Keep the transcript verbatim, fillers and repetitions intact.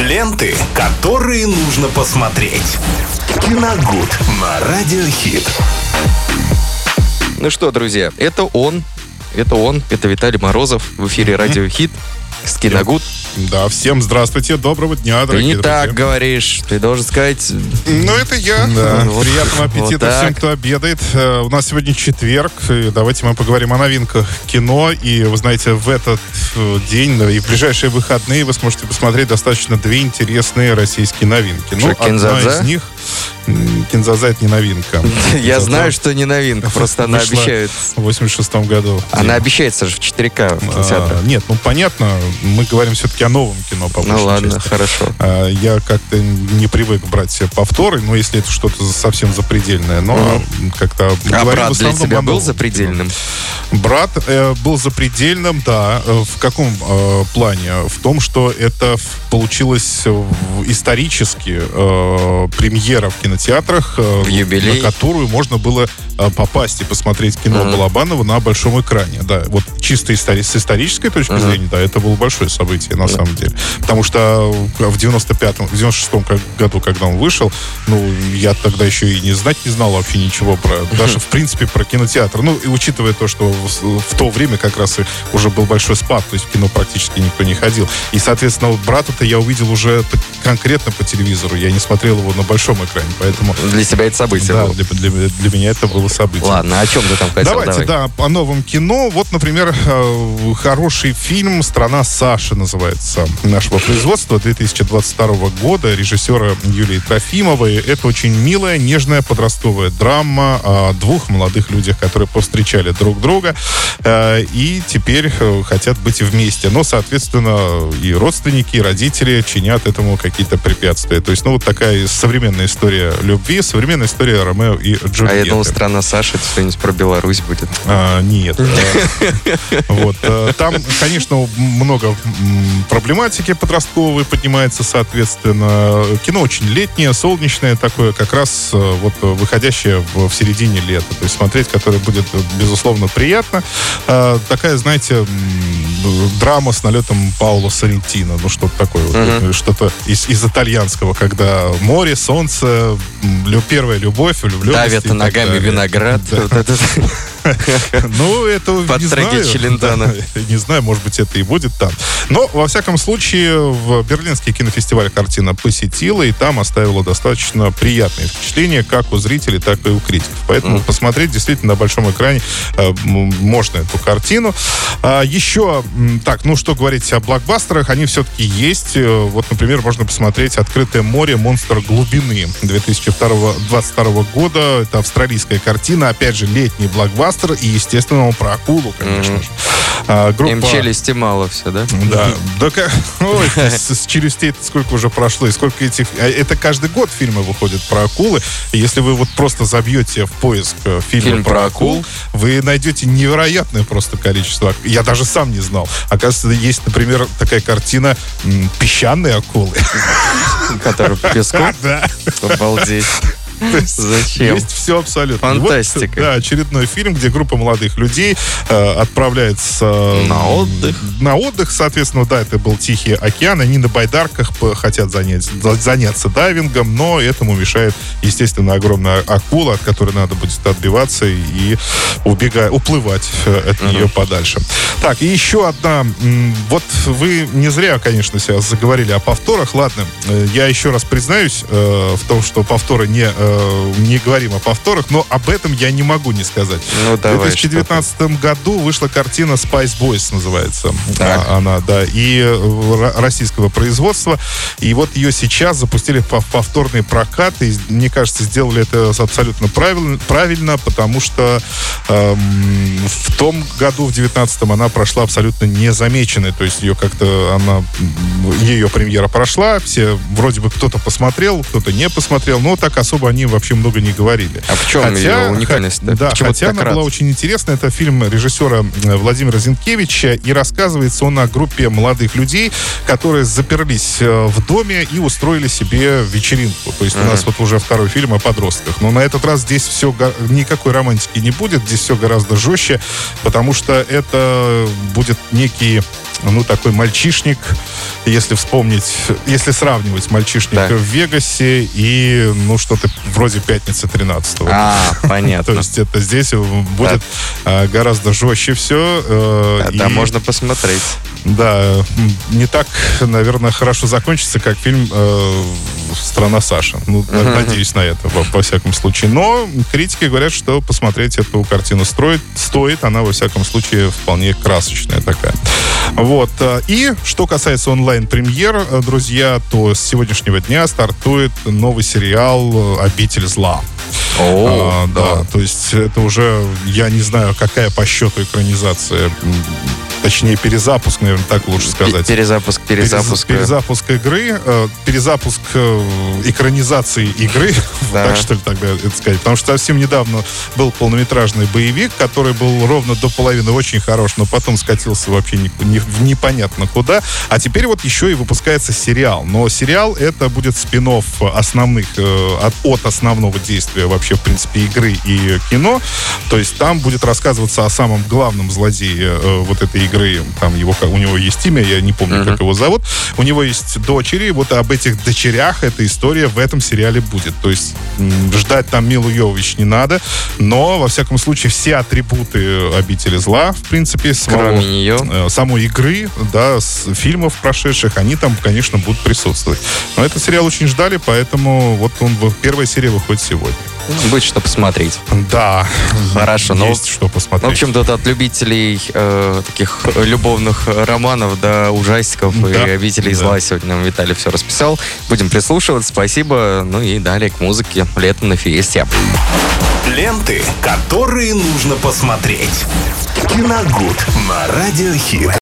Ленты, которые нужно посмотреть. Киногуд на Радиохит. Ну что, друзья, это он, это он, это Виталий Морозов в эфире Радиохит с Киногуд. Да, всем здравствуйте, доброго дня, дорогие Ты не друзья. так говоришь, ты должен сказать... Ну, это я. Да. Вот. Приятного аппетита Вот всем, кто обедает. У нас сегодня четверг, и давайте мы поговорим о новинках кино. И, вы знаете, в этот день и в ближайшие выходные вы сможете посмотреть достаточно две интересные российские новинки. Ну, одна Кинзадза? из них... Кинзадза — это не новинка. Я знаю, что не новинка, просто она Вышла обещает... в восемьдесят шестом году. Она обещается же в четыре ка в кинотеатрах. А, нет, ну понятно, мы говорим все-таки о новом кино, по большей Ну ладно, части. хорошо. А, я как-то не привык брать себе повторы, ну, если это что-то совсем запредельное, но Мгм. как-то... мы А говорим брат в для основном тебя о был новом запредельным? кино. Брат э, был запредельным, да. Э, В каком э, плане? В том, что это в- получилось в- исторически э, премьера в кинотеатрах, э, В юбилей. на которую можно было э, попасть и посмотреть кино Мгм. Балабанова на большом экране. Да, вот чисто истори- с исторической точки Мгм. зрения, да, это было большое событие, на Да. самом деле. Потому что в девяносто пятом, в девяносто шестом ка- году, когда он вышел, ну, я тогда еще и не знать не знал вообще ничего про, даже в принципе про кинотеатр. Ну, и учитывая то, что в, в то время как раз и уже был большой спад, то есть в кино практически никто не ходил. И, соответственно, вот брата-то я увидел уже по- конкретно по телевизору. Я не смотрел его на большом экране, поэтому... Для тебя это событие Да, было. для, для- для меня это было событие. Ладно, о чем ты там хотел? Давайте, Давай. да, о новом кино. Вот, например, э, хороший фильм «Страна Саши» называется, нашего производства две тысячи двадцать второго года, режиссера Юлии Трофимовой. Это очень милая, нежная подростковая драма о двух молодых людях, которые повстречали друг друга э, и теперь э, хотят быть вместе. Но, соответственно, и родственники, и родители чинят этому какие-то препятствия. То есть, ну, вот такая современная история любви, современная история Ромео и Джульетты. А я думал, страна Саши, это что-нибудь про Беларусь будет. А, нет. А, Вот. э, Там, конечно, много м, проблематики подростковой поднимается, соответственно. Кино очень летнее, солнечное такое, как раз э, вот выходящее в, в середине лета. То есть смотреть, которое будет, безусловно, приятно. А, Такая, знаете, м, драма с налетом Паоло Соррентино. Ну, что-то такое. вот, Мгм. Что-то из, из итальянского, когда море, солнце, м, лю- первая любовь, влюбленность. Давят и так ногами далее. виноград. Да. Вот это- Ну, это Под не треки знаю. Челентано. Да, не знаю, может быть, это и будет там. Но, во всяком случае, в Берлинский кинофестиваль картина посетила, и там оставила достаточно приятные впечатления, как у зрителей, так и у критиков. Поэтому Мгм. посмотреть действительно на большом экране э, м, можно эту картину. А, еще, м, так, ну, что говорить о блокбастерах, они все-таки есть. Э, Вот, например, можно посмотреть «Открытое море. Монстр глубины» две тысячи двадцать второго года. Это австралийская картина, опять же, летний блокбастер, и, естественно, он про акулу, конечно Мгм. же. А, группа... Им челюсти мало все, да? Да, да как, ой, с, с челюстей сколько уже прошло, и сколько этих... а Это каждый год фильмы выходят про акулы. И если вы вот просто забьете в поиск э, фильмы Фильм про про акул, акул. вы найдете невероятное просто количество. ак- Я даже сам не знал. Оказывается, есть, например, такая картина м, «Песчаные акулы». Который по песку. Да. Обалдеть. То есть Зачем? Есть все абсолютно. Фантастика. Вот, да, очередной фильм, где группа молодых людей э, отправляется э, На отдых. На отдых, соответственно, да, это был Тихий океан. Они на байдарках п- хотят занять, за- заняться дайвингом, но этому мешает, естественно, огромная акула, от которой надо будет отбиваться и убегать, уплывать э, от нее подальше. Так, и еще одна. м, Вот вы не зря, конечно, сейчас заговорили о повторах. Ладно, э, я еще раз признаюсь э, в том, что повторы не, э, не говорим о повторах, но об этом я не могу не сказать. Ну, В давай. две тысячи девятнадцатом году вышла картина Spice Boys, называется. Так. А, Она, да, и э, ро- российского производства. И вот ее сейчас запустили в пов- повторный прокат. И, мне кажется, сделали это абсолютно правильно, правильно потому что эм, в том году, в девятнадцатом, она прошла абсолютно незамеченной. То есть ее как-то, она, ее премьера прошла, все, вроде бы кто-то посмотрел, кто-то не посмотрел, но так особо они вообще много не говорили. А в чем Хотя- ее уникальность? Да, Почему ты хотя так она рад? была очень интересная. Это фильм режиссера э, Владимира Зинкевича, и рассказывается он о группе молодых людей, которые заперлись э, в доме и устроили себе вечеринку. То есть у нас вот уже второй фильм о подростках. Но на этот раз здесь все, го- никакой романтики не будет, здесь все гораздо жестче, потому что это будет некий ну, такой мальчишник, если вспомнить, если сравнивать мальчишника Да. в Вегасе и, ну, что-то вроде «Пятницы тринадцатого». А, понятно. То есть это здесь будет а, гораздо жестче все. э, Да, и, можно посмотреть. Да, не так, наверное, хорошо закончится, как фильм э, «Страна Саши». Ну, на- Мгм. надеюсь на это, во, во всяком случае. Но критики говорят, что посмотреть эту картину стоит, стоит. Она, во всяком случае, вполне красочная такая. Вот. э, И, что касается онлайн-премьер, э, друзья, то с сегодняшнего дня стартует новый сериал «Обитель зла». О, А, да, то есть это уже, я не знаю, какая по счету экранизация, м, точнее перезапуск, наверное, так лучше сказать. Перезапуск, перезапуск. Перез- перезапуск игры, э, перезапуск э, экранизации игры, Да. так что ли тогда это сказать. Потому что совсем недавно был полнометражный боевик, который был ровно до половины очень хорош, но потом скатился вообще не- не- в непонятно куда. А теперь вот еще и выпускается сериал. Но сериал это будет спин-офф основных, э, от, от основного действия вообще, в принципе, игры и кино. То есть там будет рассказываться о самом главном злодее э, вот этой игры. Там его, у него есть имя, я не помню, Мгм. как его зовут. У него есть дочери. Вот об этих дочерях эта история в этом сериале будет. То есть м, ждать там Милу Йовович не надо. Но, во всяком случае, все атрибуты «Обители зла», в принципе, самого, Кроме нее. э, самой игры, да, с фильмов прошедших, они там, конечно, будут присутствовать. Но этот сериал очень ждали, поэтому вот он, в- первая серия выходит сегодня. Будет что посмотреть. Да. Хорошо, ну, Есть что В посмотреть. общем, тут от любителей э, таких любовных романов до ужастиков Да. и обителей Да. зла сегодня нам Виталий все расписал. Будем прислушиваться. Спасибо. Ну и далее к музыке. Лето на фесте. Ленты, которые нужно посмотреть. Киногуд на Радио Хит.